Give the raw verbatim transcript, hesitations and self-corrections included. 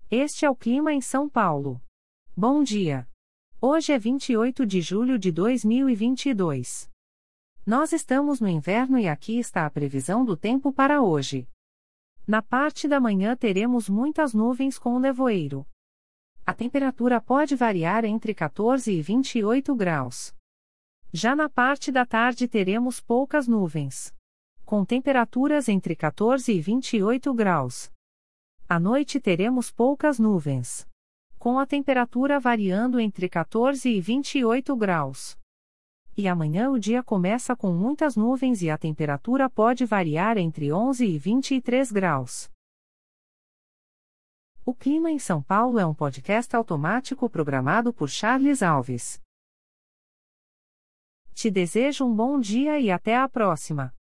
Este é o clima em São Paulo. Bom dia. Hoje é vinte e oito de julho de dois mil e vinte e dois. Nós estamos no inverno e aqui está a previsão do tempo para hoje. Na parte da manhã teremos muitas nuvens com nevoeiro. A temperatura pode variar entre quatorze e vinte e oito graus. Já na parte da tarde teremos poucas nuvens, com temperaturas entre quatorze e vinte e oito graus. À noite teremos poucas nuvens, com a temperatura variando entre quatorze e vinte e oito graus. E amanhã o dia começa com muitas nuvens e a temperatura pode variar entre onze e vinte e três graus. O Clima em São Paulo é um podcast automático programado por Charles Alves. Te desejo um bom dia e até a próxima.